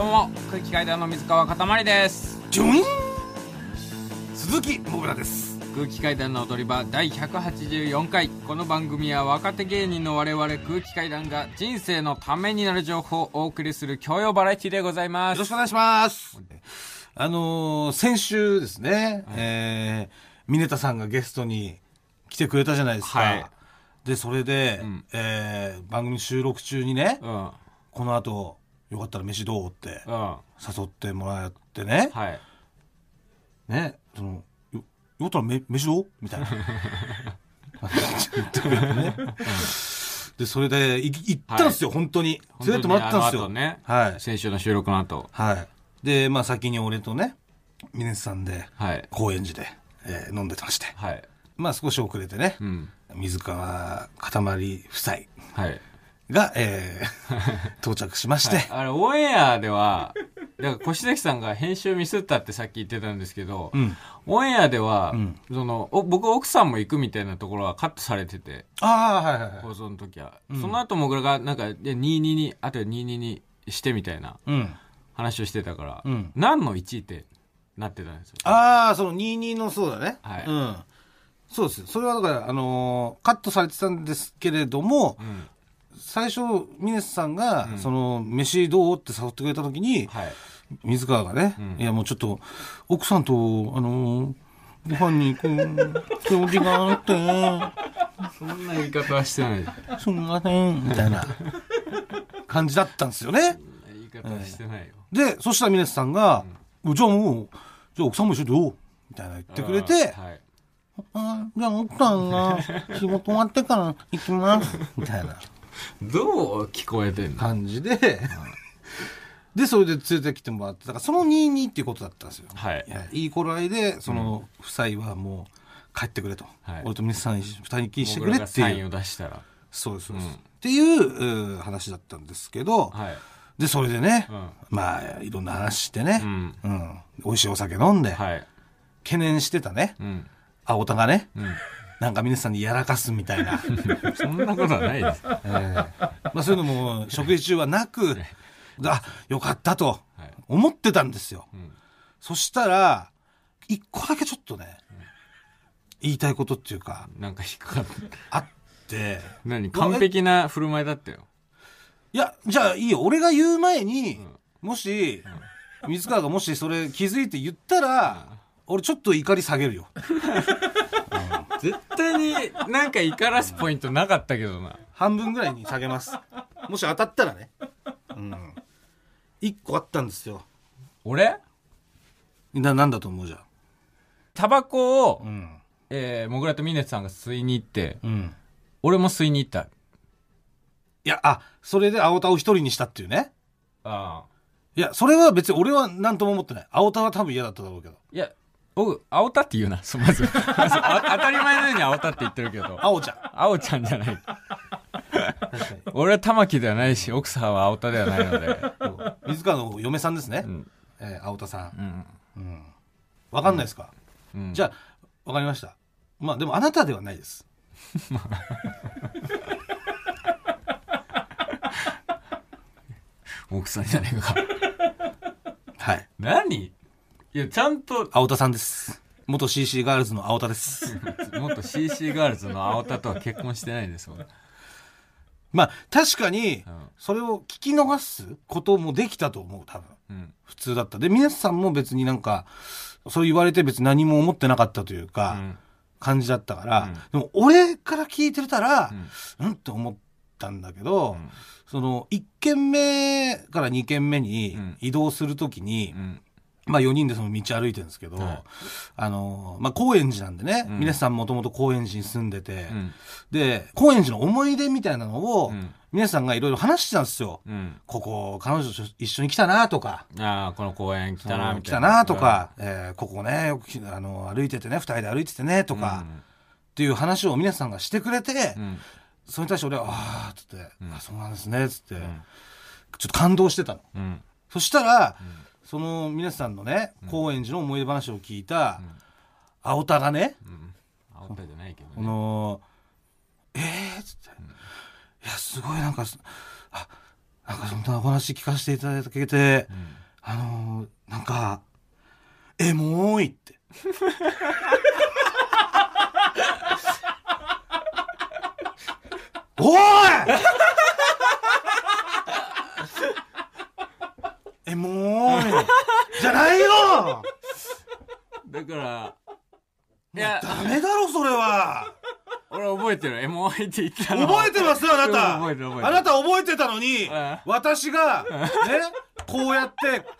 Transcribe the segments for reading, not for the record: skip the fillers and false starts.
どうも空気階段の水川かたまりです。 ジュイン鈴木もぐらです。 空気階段の踊り場第184回。この番組は若手芸人の我々空気階段が人生のためになる情報をお送りする教養バラエティでございます。 よろしくお願いします。先週ですね、ミネタさんがゲストに来てくれたじゃないですか、はい、でそれで、番組収録中にね、この後よかったら飯どうって誘ってもらってね、ね、よかったら飯どうみたいなでそれで行ったんですよ、本当に連れてってもらったんですよ、 ね、 はい、 先週の収録の後、 はい、でまあ先に俺とねミネさんで、高円寺で、飲んでまして、まあ少し遅れてね、水川かたまり夫妻が、到着しまして、 あれオンエアではだから越崎さんが編集ミスったってさっき言ってたんですけど、オンエアでは、僕奥さんも行くみたいなところはカットされてて、放送の時は、その後もぐらがなんか222あと222にしてみたいな話をしてたから、何の1位ってなってたんですよ。 その22のそうだね、そうです。それはだから、カットされてたんですけれども、最初ミネスさんが、その飯どうって誘ってくれた時に、水川がね、いやもうちょっと奥さんとご飯に行く用事があってそんな言い方はしてない。 すみませんみたいな感じだったんですよね。 言い方はしてないよ。 でそしたらミネスさんが、じゃあ奥さんも一緒でどうみたいな言ってくれて、じゃあ奥さんが仕事終わってから行きますみたいなどう聞こえてんの感じででそれで連れてきてもらって、だからその22っていうことだったんですよ、いい頃合いでその夫妻はもう帰ってくれと、俺とミネさん2人きりしてくれっていうサインを出したらそうです、っていう話だったんですけど、でそれでね、まあいろんな話してね、美味しいお酒飲んで、懸念してたね、青田がね、なんか皆さんにやらかすみたいなそんなことはないです、 まあそういうのも食事中はなくよかったと思ってたんですよ、そしたら一個だけちょっとね、言いたいことっていうかなんか引っかかってあって、 完璧な振る舞いだったよ。 いやじゃあいいよ、俺が言う前に、もし水川がもしそれ気づいて言ったら、俺ちょっと怒り下げるよ絶対になんか怒らすポイントなかったけどな。 半分ぐらいに下げます、もし当たったらね。1個あったんですよ。 俺なんだと思う？じゃあタバコを、もぐらとミネさんが吸いに行って、俺も吸いに行った。 いやそれで青田を一人にしたっていうね。いやそれは別に俺は何とも思ってない。青田は多分嫌だっただろうけど。 いや僕青田って言うな、まず当たり前のように青田って言ってるけど、青ちゃんじゃない俺は玉木ではないし奥さんは青田ではないので水川の嫁さんですね、青田さん、分かんないですか、じゃあ分かりました。まあでもあなたではないです奥さんじゃねえか何？いやちゃんと青田さんです。元 CC ガールズの青田です元 CC ガールズの青田とは結婚してないです俺。 まあ確かにそれを聞き逃すこともできたと思う、多分、普通だった。で皆さんも別になんかそう言われて別に何も思ってなかったというか、感じだったから、でも俺から聞いてたらって思ったんだけど、その1軒目から2軒目に移動するときに、まあ4人でその道歩いてるんですけど、まあ高円寺なんでね、皆さんもともと高円寺に住んでて、で高円寺の思い出みたいなのを、皆さんがいろいろ話してたんですよ、ここ彼女と一緒に来たなとか、 この公園来たなみたいな、 来たなとか、ここねよく歩いててね、2人で歩いててねとか、っていう話を皆さんがしてくれて、それに対して俺はっつって、そうなんですねっつって、ちょっと感動してたの、そしたら、その皆さんのね、高円寺の思い出話を聞いた青田がね、 青田じゃないけどね、 っつって、いやすごいなんかなんかそんなお話聞かせていただけて、なんかエモいっておいエモいじゃないよ。 だからいやダメだろそれは。 俺覚えてる。エモいって言ったの覚えてますよあなた。 覚えてるあなた覚えてたのに私がねこうやってね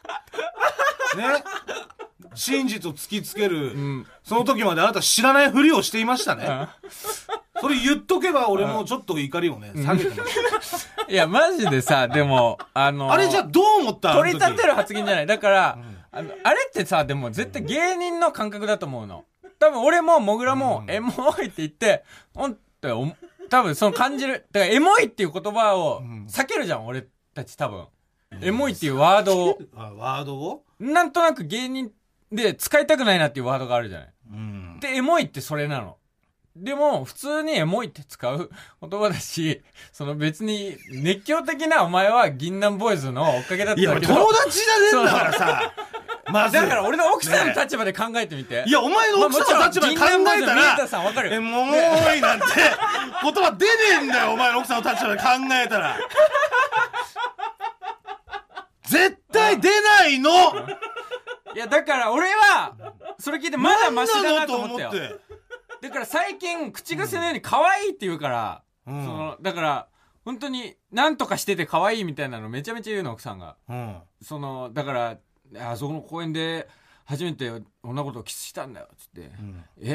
真実を突きつける、その時まであなた知らないふりをしていましたね。それ言っとけば俺もちょっと怒りをね下げてました。 いやマジでさ、でもあれじゃどう思った？ 取り立てる発言じゃない。だから、あれってさ、でも絶対芸人の感覚だと思うの。多分俺ももぐらもエモいって言って多分その感じる。だからエモいっていう言葉を避けるじゃん、俺たち多分。エモいっていうワードをワードをなんとなく芸人で使いたくないなっていうワードがあるじゃない。でエモいってそれなの。でも普通にエモいって使う言葉だし、その別に熱狂的なお前は銀杏ボーイズの追っかけだったけど、 いや友達じゃねえんだからさ。まずだから俺の奥さんの立場で考えてみて。 いやお前の奥さんの立場で考えたら、 さんわかる。 エモいなんて言葉出ねえんだよお前の奥さんの立場で考えたら。絶対出ないの。 いやだから俺はそれ聞いてまだマシだなと思ったよ。だから最近口癖のように可愛いって言うから、だから本当に何とかしてて可愛いみたいなのめちゃめちゃ言うの奥さんが、だからあそこの公園で初めて女の子とキスしたんだよっつって、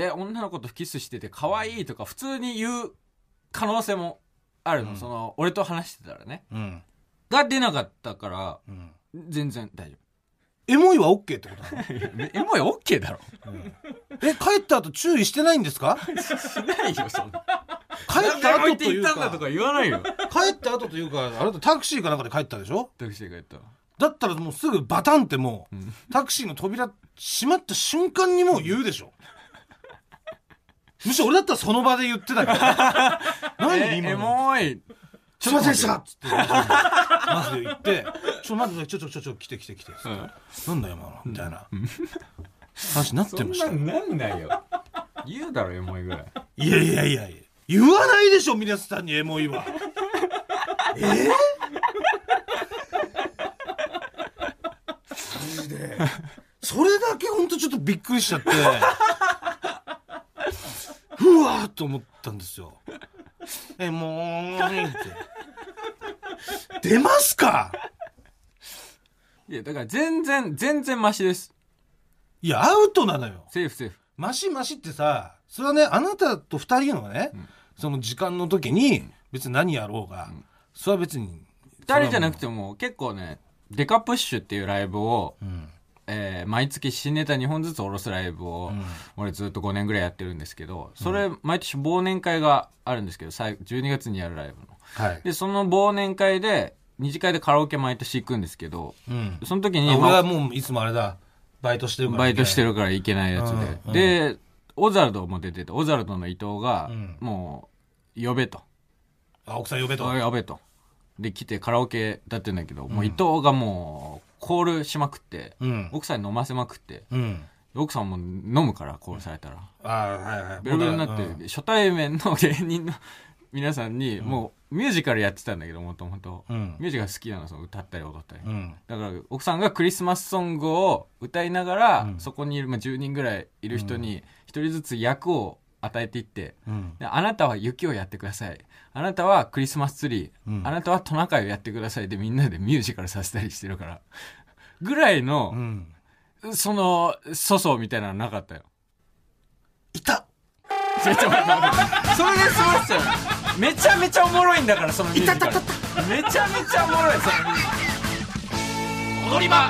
女の子とキスしてて可愛いとか普通に言う可能性もあるの、俺と話してたらね、が出なかったから、全然大丈夫。 エモいは OK ってことなの？ エモい OK だろ、 帰った後注意してないんですか？ しないよそんな。 帰った後というか行ったんだとか言わないよ。 帰った後というかあなたタクシーかなんかで帰ったでしょ？ タクシーで帰った。 だったらもうすぐバタンってもう、タクシーの扉閉まった瞬間にもう言うでしょ。むしろ俺だったらその場で言ってたけど何今のエモいすいませんでしたっつってまず言って待ってちょ来て、なんだよ今のみたいな話になってましたよ。 そんなんないよ。言うだろエモいぐらい。 いや言わないでしょ皆さんにエモいは。マジでそれだけほんとちょっとびっくりしちゃってうわーっと思ったんですよ。もうって出ますか？ いやだから全然マシです。 いやアウトなのよ。 セーフマシってさ、それはねあなたと2人のね、その時間の時に別に何やろうが、それは別に 2人じゃなくても結構ね、デカプッシュっていうライブを、毎月新ネタ2本ずつ下ろすライブを、俺ずっと5年ぐらいやってるんですけど、それ毎年忘年会があるんですけど、12月にやるライブの、でその忘年会で二次会でカラオケ毎年行くんですけど、その時に俺はもういつもあれだバイトしてるから行けないやつで、でオザルドも出てて、オザルドの伊藤が、もう呼べと、 奥さん呼べとで来てカラオケだってんだけど、もう伊藤がもうコールしまくって、奥さんに飲ませまくって、奥さんも飲むからコールされたら、ベロベロになって、初対面の芸人の皆さんに、もうミュージカルやってたんだけど、もともとミュージカル好きなの、その歌ったり踊ったり、だから奥さんがクリスマスソングを歌いながら、そこにいる、10人ぐらいいる人に1人ずつ役を与えていって、であなたは雪をやってください、あなたはクリスマスツリー、あなたはトナカイをやってくださいでみんなでミュージカルさせたりしてるからぐらいの、その粗相みたいなのなかったよ。 いたそれでそうですよ。めちゃめちゃおもろいんだから、そのミュージカル。めちゃめちゃおもろい、そのミュージカル。踊り場。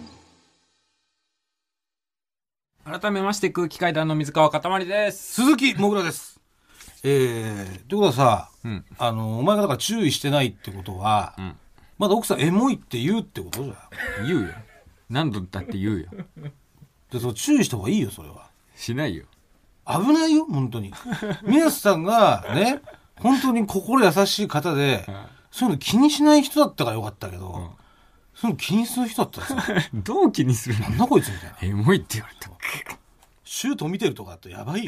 改めまして空気階段の水川かたまりです。 鈴木もぐらです。ということはさ、お前がだから注意してないってことは、まだ奥さんエモいって言うってことじゃん。 言うよ。何度だって言うよ。 でその注意した方がいいよ、それは。 しないよ。 危ないよ本当に。宮津さんがね本当に心優しい方で、 そういうの気にしない人だったからよかったけど、そういうの気にする人だったらさどう気にするの？ なんだこいつみたいな。 エモいって言われてもシュート見てるとかだとやばいよ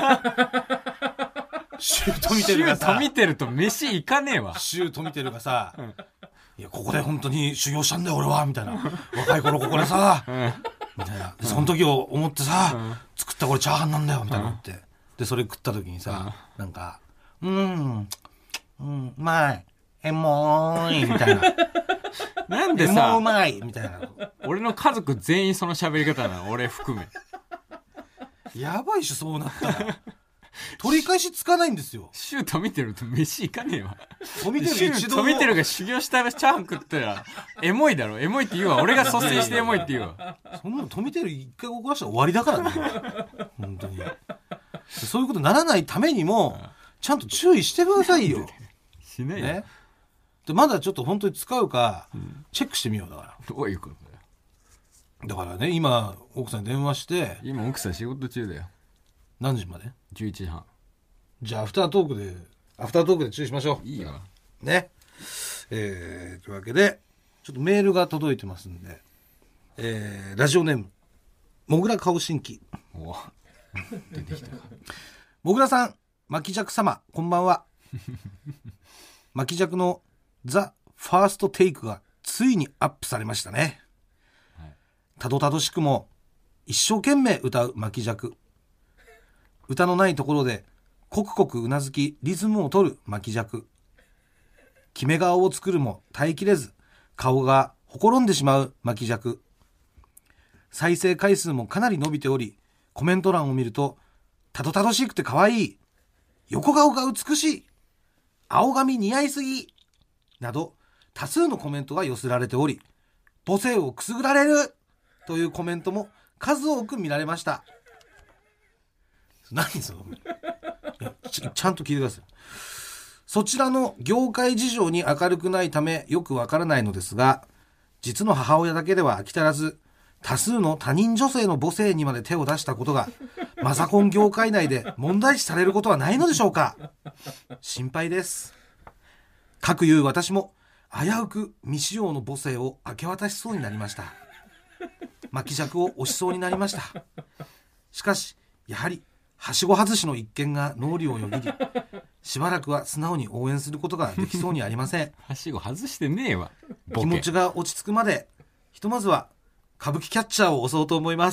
シュート見てるがさ、 シュート見てると飯行かねえわ。 シュート見てるがさ、いやここで本当に修行したんだよ俺はみたいな、若い頃ここでさ、みたいな、でその時を思ってさ、作ったこれチャーハンなんだよみたいなって、でそれ食った時にさ、なんかうまいエモいみたいななんでさ、 うまいみたいな。 俺の家族全員その喋り方なの、俺含め。 やばいっしょそうなったら取り返しつかないんですよ。 シュート見てると飯行かねえわ。 シュート見てるが修行したチャーハン食ったらエモいだろ。エモいって言うわ。俺が率先してエモいって言うわ。 そんなの富てる一回動かしたら終わりだからね本当に。そういうことにならないためにもちゃんと注意してくださいよ。 しないよ、 ね、でまだちょっと本当に使うかチェックしてみよう。だからどういうことだよ。 だからね、今奥さんに電話して。 今奥さん仕事中だよ。 何時まで ？11時半。 じゃあアフタートークで注意しましょう。 いいよね。というわけでちょっとメールが届いてますんで、ラジオネームもぐら顔新規。 お出てきた。 もぐらさん、巻き尺様こんばんは巻き尺のザ・ファーストテイクがついにアップされましたね。たどたどしくも一生懸命歌う巻き尺、歌のないところでコクコクうなずきリズムを取る巻き尺、決め顔を作るも耐えきれず顔がほころんでしまう巻き尺、再生回数もかなり伸びており、コメント欄を見るとたどたどしくて可愛い、横顔が美しい、青髪似合いすぎなど多数のコメントが寄せられており、母性をくすぐられるというコメントも数多く見られました。何そのちゃんと聞いてください。そちらの業界事情に明るくないためよくわからないのですが、実の母親だけでは飽き足らず多数の他人女性の母性にまで手を出したことがマザコン業界内で問題視されることはないのでしょうか。心配です。かくいう私も危うく未使用の母性を明け渡しそうになりました。巻き尺を押しそうになりました。しかしやはりはしご外しの一件が脳裏をよぎり、しばらくは素直に応援することができそうにありません。 はしご外してねえわ。 気持ちが落ち着くまでひとまずは歌舞伎キャッチャーを押そうと思います。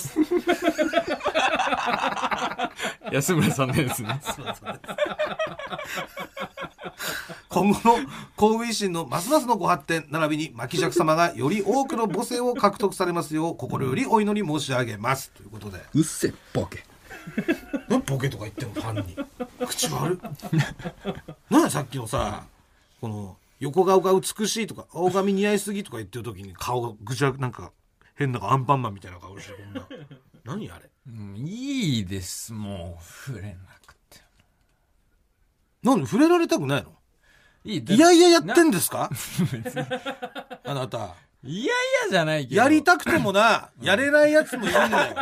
安村さんのやつね。 今後の工具維新のますますのご発展並びに巻き尺様がより多くの母性を獲得されますよう心よりお祈り申し上げますということで。 うっせボケ。 何ボケとか言ってんのファンに。口悪何さっきのさ、この横顔が美しいとか青髪似合いすぎとか言ってる時に顔がぐちゃなんか変なアンパンマンみたいな顔してこんな何あれ、 いいですもう触れなくて。 なんで触れられたくないの？ いやいややってんですかあなた。 いやいやじゃないけどやりたくてもな、やれないやつもいるんだよ。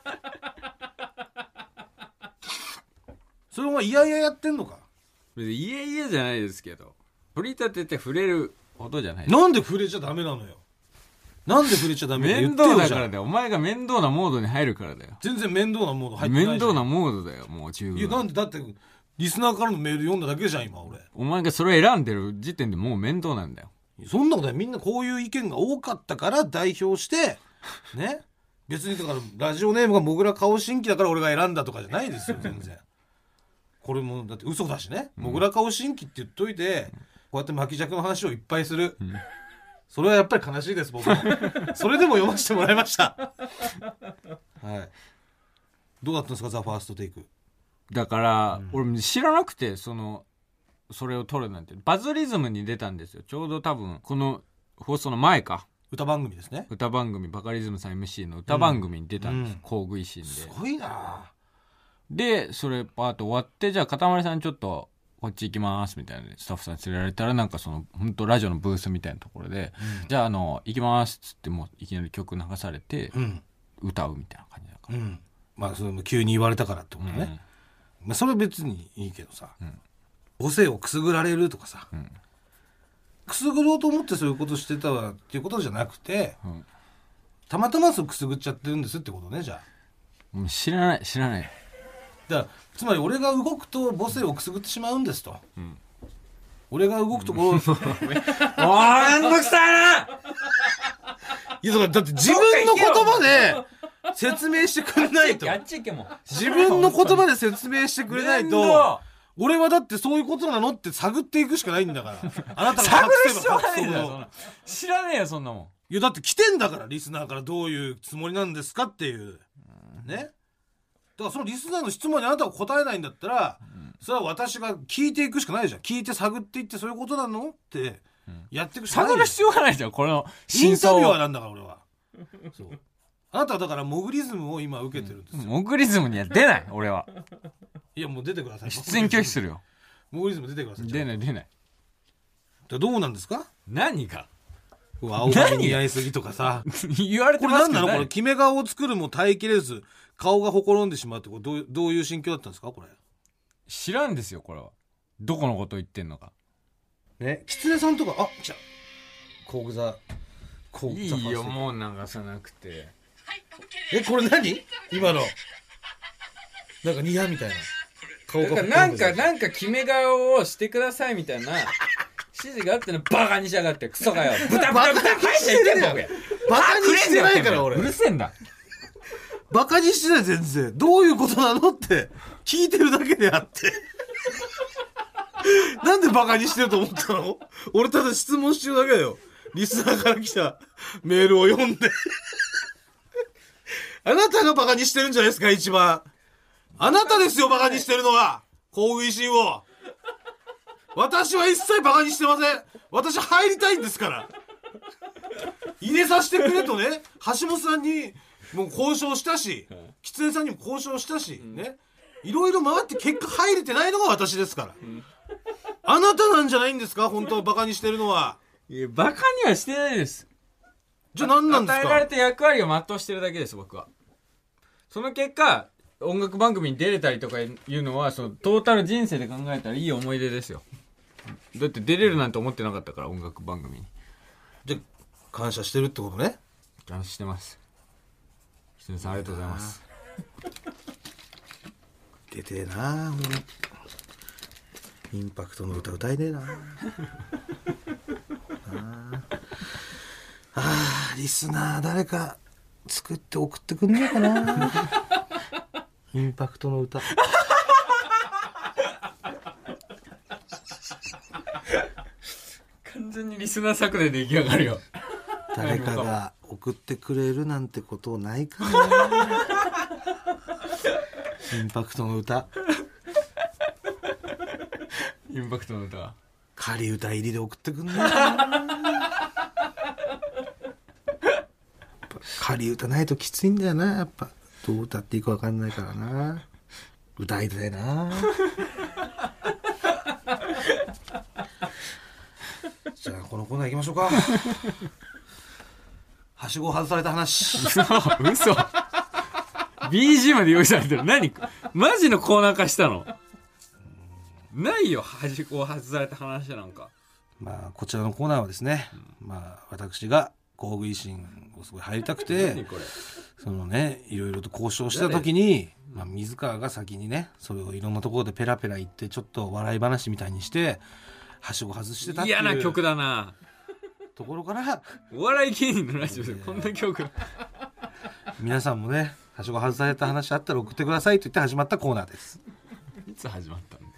それはいやいややってんのか。 いやいやじゃないですけど、取り立てて触れるほどじゃない。 なんで触れちゃダメなのよ。なんで触れちゃダメなの？ 面倒だからだよ。お前が面倒なモードに入るからだよ。 全然面倒なモード入ってない。 面倒なモードだよもう十分。 いやなんでだってリスナーからのメール読んだだけじゃん今俺。 お前がそれを選んでる時点でもう面倒なんだよ。 そんなことない。みんなこういう意見が多かったから代表してね。別にだからラジオネームがもぐら顔新規だから俺が選んだとかじゃないですよ全然。これもだって嘘だしね。もぐら顔新規って言っといて、こうやって巻き尺の話をいっぱいする、それはやっぱり悲しいです僕も。それでも読ませてもらいました。はい。どうだったんですかザ・ファーストテイク。 だから、俺知らなくてそれを撮るなんて。バズリズムに出たんですよ。ちょうど多分この放送の前か。 歌番組ですね。 歌番組バカリズムさん MC の歌番組に出たんです、工具維新で。 すごいな。 でそれパーッと終わって、じゃあかたまりさんちょっとこっち行きますみたいなスタッフさんに連れられたら、なんかその本当ラジオのブースみたいなところで、じゃあ行きますっつってもういきなり曲流されて、歌うみたいな感じだから、 まあそれも急に言われたからってことね、まあ、それは別にいいけどさ、母性をくすぐられるとかさ、 くすぐろうと思ってそういうことしてたわっていうことじゃなくて、たまたまそうくすぐっちゃってるんですってことね。じゃあ知らないだからつまり俺が動くと母性をくすぐってしまうんですと、俺が動くところおーめんどくさいな。 いやだって自分の言葉で説明してくれないと自分の言葉で説明してくれないと俺はだってそういうことなのって探っていくしかないんだからあなたが探る必要はないんだよ。知らねえよそんなもん。 いやだって来てんだからリスナーからどういうつもりなんですかっていうね。だからそのリスナーの質問にあなたが答えないんだったら、それは私が聞いていくしかないじゃん。聞いて探っていってそういうことなのってやっていくしかない。 探る必要はないじゃんこれのインタビュアーなんだから俺は。そうあなたはだからモグリズムを今受けてるんですよ。 モグリズムには出ない俺は。 いやもう出てください。 出演拒否するよ。 モグリズム出てください。 出ないどうなんですか。 何が青髪似合いすぎとかさ言われてますけど、 これ何なのこれ決め顔を作るも耐えきれず顔がほころんでしまうってこれどういう心境だったんですかこれ。 知らんですよこれは。どこのこと言ってんのかね。キツネさんとか来た工具座いいよもう流さなくて。 これ何今のなんかニヤみたいな顔がなんか決め顔をしてくださいみたいな指示があってのバカにしやがってクソがよ豚はいちゃいけんだよ。 バカにしてないから俺うるせえんだ。 バカにしてない全然。どういうことなのって聞いてるだけであってなんでバカにしてると思ったの。俺ただ質問してるだけだよ。リスナーから来たメールを読んであなたがバカにしてるんじゃないですか一番。あなたですよバカにしてるのは。工具維新を私は一切バカにしてません。私入りたいんですから入れさせてくれとね橋本さんにもう交渉したし狐さんにも交渉したし、ねいろいろ回って結果入れてないのが私ですから、あなたなんじゃないんですか本当バカにしてるのは。 いやバカにはしてないです。 じゃあ何なんですか。 与えられた役割を全うしてるだけです僕は。その結果音楽番組に出れたりとかいうのはそのトータル人生で考えたらいい思い出ですよ。だって出れるなんて思ってなかったから音楽番組に。 じゃあ感謝してるってことね。 感謝してます。ひさんありがとうございます。 出てえなインパクトの歌歌いねえなリスナー誰か作って送ってくんねえかなインパクトの歌完全にリスナー作で出来上がるよ。 誰かが送ってくれるなんてことないかなインパクトの歌インパクトの歌仮歌入りで送ってくんねえかな仮歌ないときついんだよなやっぱ。どう歌っていいか分かんないからな。歌いたいなじゃあこのコーナー行きましょうかはしごを外された話嘘 BG まで用意されてる。何マジのコーナー化したの。ないよはしごを外された話なんか。 まあこちらのコーナーはですね、まあ私が工具維新をすごい入りたくてそのねいろいろと交渉した時に、まあ、水川が先にねそれをいろんなところでペラペラ言ってちょっと笑い話みたいにしてはしご外してたっていう嫌な曲だなところからお笑い芸人のラジオでこんな曲皆さんもねはしご外された話あったら送ってくださいと言って始まったコーナーです。 いつ始まったんだ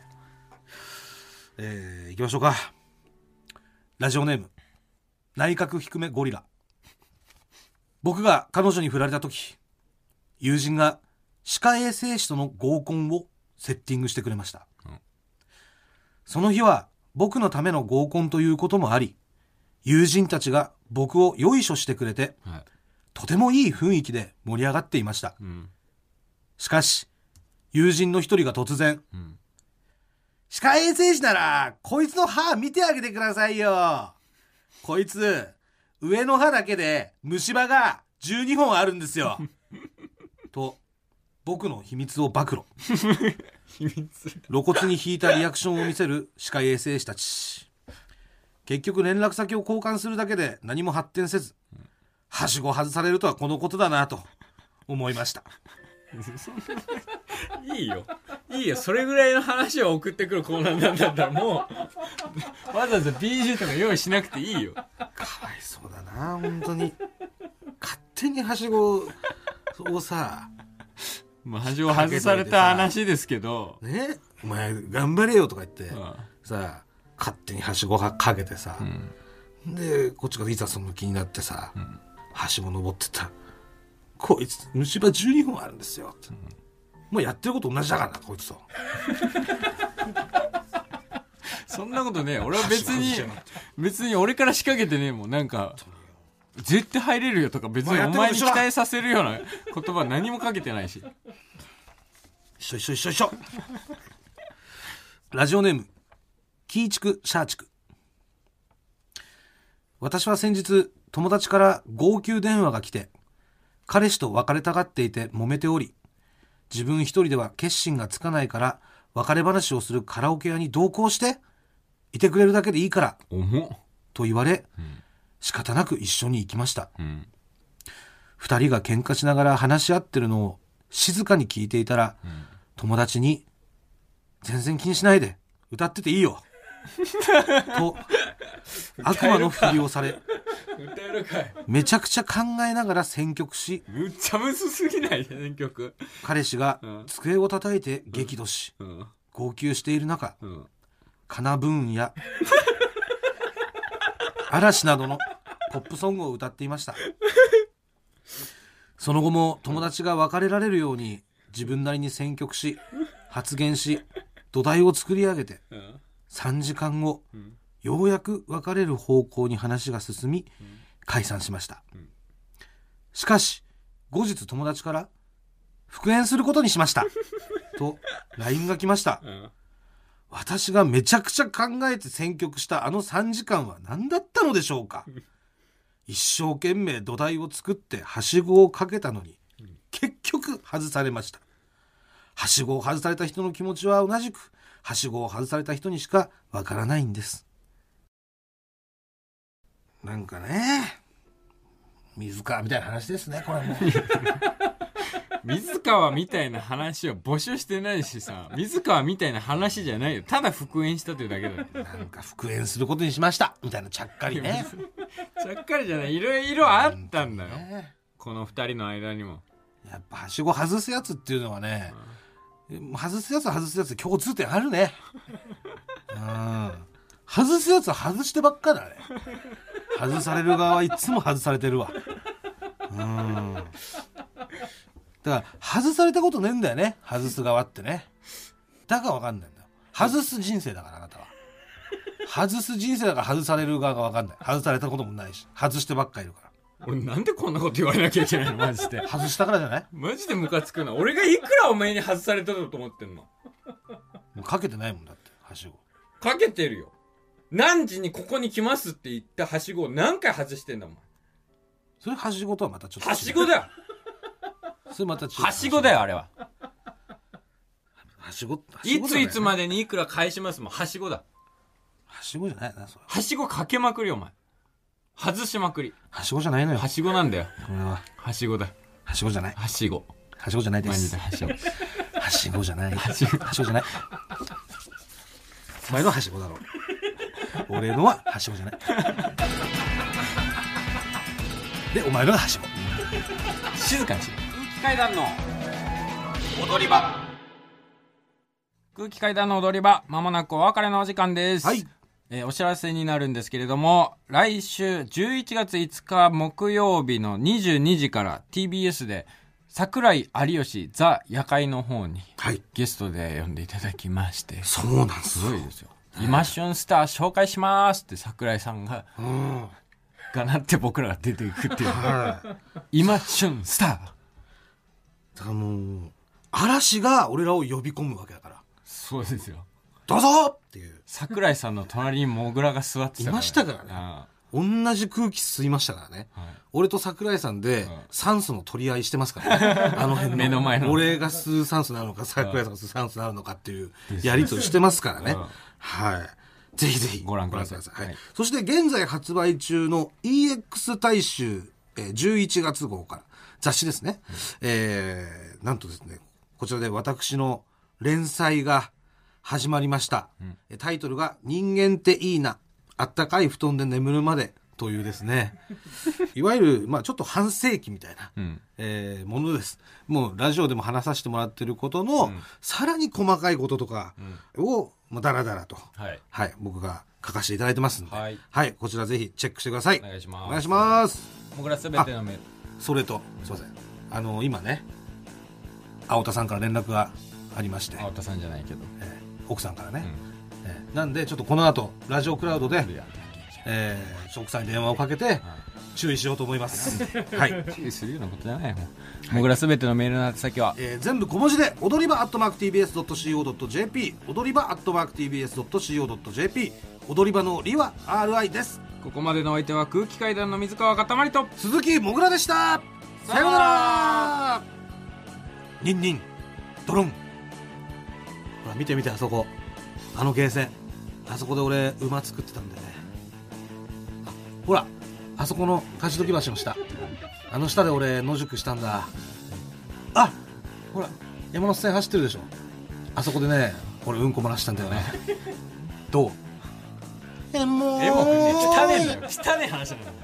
よ。行きましょうか。ラジオネーム内角低めゴリラ。僕が彼女に振られた時友人が歯科衛生士との合コンをセッティングしてくれました、その日は僕のための合コンということもあり友人たちが僕をよいしょしてくれて、とてもいい雰囲気で盛り上がっていました、しかし友人の一人が突然、歯科衛生士ならこいつの歯見てあげてくださいよ。こいつ上の歯だけで虫歯が12本あるんですよと僕の秘密を暴露秘密露骨に引いたリアクションを見せる歯科衛生士たち。 結局連絡先を交換するだけで何も発展せず、はしごを外されるとはこのことだなと思いました。 いいよそれぐらいの話を送ってくるコーナーなんだったらもうわざわざ BG とか用意しなくていいよ。 かわいそうだな本当に。勝手にはしごをさ、 まあ、はしご外された話ですけどね、お前頑張れよとか言って、さ勝手にはしごかけてさ、でこっちがいざその気になってさ、はしご登ってったら、こいつ虫歯12本あるんですよって、もうやってること同じだからなこいつと。 そんなことね、俺は別に俺から仕掛けてねえもん。なんか絶対入れるよとか別にお前に期待させるような言葉何もかけてないし。 一緒。ラジオネームキーチクシャーチク。私は先日友達から号泣電話が来て、彼氏と別れたがっていて揉めており、自分一人では決心がつかないから別れ話をするカラオケ屋に同行していてくれるだけでいいからと言われ、仕方なく一緒に行きました。二人が喧嘩しながら話し合ってるのを静かに聞いていたら、友達に全然気にしないで歌ってていいよと悪魔のふりをされ、 歌えるかい。 めちゃくちゃ考えながら選曲し、 むっちゃむずすぎない選曲。 彼氏が机を叩いて激怒し、号泣している中、カナブーンや嵐などのポップソングを歌っていました。その後も友達が別れられるように自分なりに選曲し発言し土台を作り上げて、3時間後、ようやく別れる方向に話が進み、解散しました。しかし後日友達から復縁することにしましたと LINE が来ました。私がめちゃくちゃ考えて選曲したあの3時間は何だったのでしょうか。一生懸命土台を作ってはしごをかけたのに、結局外されました。はしごを外された人の気持ちは同じく、はしごを外された人にしかわからないんです。なんかね、水川みたいな話ですねこれも。 水川みたいな話を募集してないしさ、水川みたいな話じゃないよ。ただ復縁したというだけだよ。 なんか復縁することにしましたみたいなちゃっかりね。 ちゃっかりじゃない、いろいろあったんだよ、この2人の間にも。 やっぱはしご外すやつっていうのはね、外すやつ共通点あるね。外すやつは外してばっかだね。外される側はいつも外されてるわ。だから外されたことねえんだよね、外す側ってね。だから分かんないんだよ。外す人生だからあなたは。外す人生だから外される側が分かんない。外されたこともないし、外してばっかいるから。 俺なんでこんなこと言われなきゃいけないのマジで。 外したからじゃない？ マジでムカつくな。俺がいくらお前に外されたと思ってんの。 もうかけてないもんだって、はしご。 かけてるよ。何時にここに来ますって言ったはしごを何回外してんだもん。 それはしごとはまたちょっと違う。 はしごだよ。 それまた違う。 はしごだよあれは。 はしご、 いついつまでにいくら返しますもん。はしごだ。 はしごじゃないなそれ。 はしごかけまくりよお前。外しまくり。 はしごじゃないのよ。 はしごなんだよ。 これははしごだ。 はしごじゃない。 はしご。 はしごじゃないです。 マジではしご。 はしごじゃない。はしごじゃない。お前のはしごだろう。俺のははしごじゃない。でお前のははしご。 静かにしろ。空気階段の踊り場。空気階段の踊り場、まもなくお別れのお時間です。 はい。 お知らせになるんですけれども、来週11月5日木曜日の22時から TBS で桜井有吉ザ夜会の方にゲストで呼んでいただきまして、 そうなんですすごいですよ。今旬スター紹介しますって桜井さんががなって僕らが出ていくっていう、今旬スターだからもう嵐が俺らを呼び込むわけだから。 そうですよ。 どうぞっていう。 桜井さんの隣にモグラが座ってたから、 いましたからね。同じ空気吸いましたからね。俺と桜井さんで酸素の取り合いしてますからね。あの辺の目の前の俺が吸う酸素なのか桜井さんが吸う酸素なのかっていうやりとりしてますからね。はい。 ぜひぜひご覧ください。 はい。そして現在発売中の EX 大衆11月号から雑誌ですね。なんとですね、こちらで私の連載が始まりました。タイトルが人間っていいな、あったかい布団で眠るまでというですね、いわゆる、ちょっと半世紀みたいな、ものです。もうラジオでも話させてもらってることの、さらに細かいこととかを、だらだらと、はい、僕が書かせていただいてますんで、はい、こちらぜひチェックしてください。 お願いします。 お願いします。 僕らすべてのメール。 それと、すいません。今ね、青田さんから連絡がありまして。 青田さんじゃないけど。 奥さんからね。なんで、ちょっとこの後、ラジオクラウドで、奥さんに電話をかけて、注意しようと思います。はい。 注意するようなことじゃないもん。僕らすべてのメールの宛先は、 全部小文字で、踊り場@tbs.co.jp、踊り場@tbs.co.jp、踊り場のりは RI です。 ここまでのお相手は空気階段の水川かたまりと鈴木もぐらでした。さようなら。ニンニンドロン。ほら見て見て、あそこ、あのゲーセン、あそこで俺馬作ってたんだよね。ほらあそこの勝どき橋の下、あの下で俺野宿したんだ。あ、ほら山手線走ってるでしょ、あそこでね俺うんこ漏らしたんだよね。どう？ もう汚ねえんだよ、汚ねえ話なんだよ。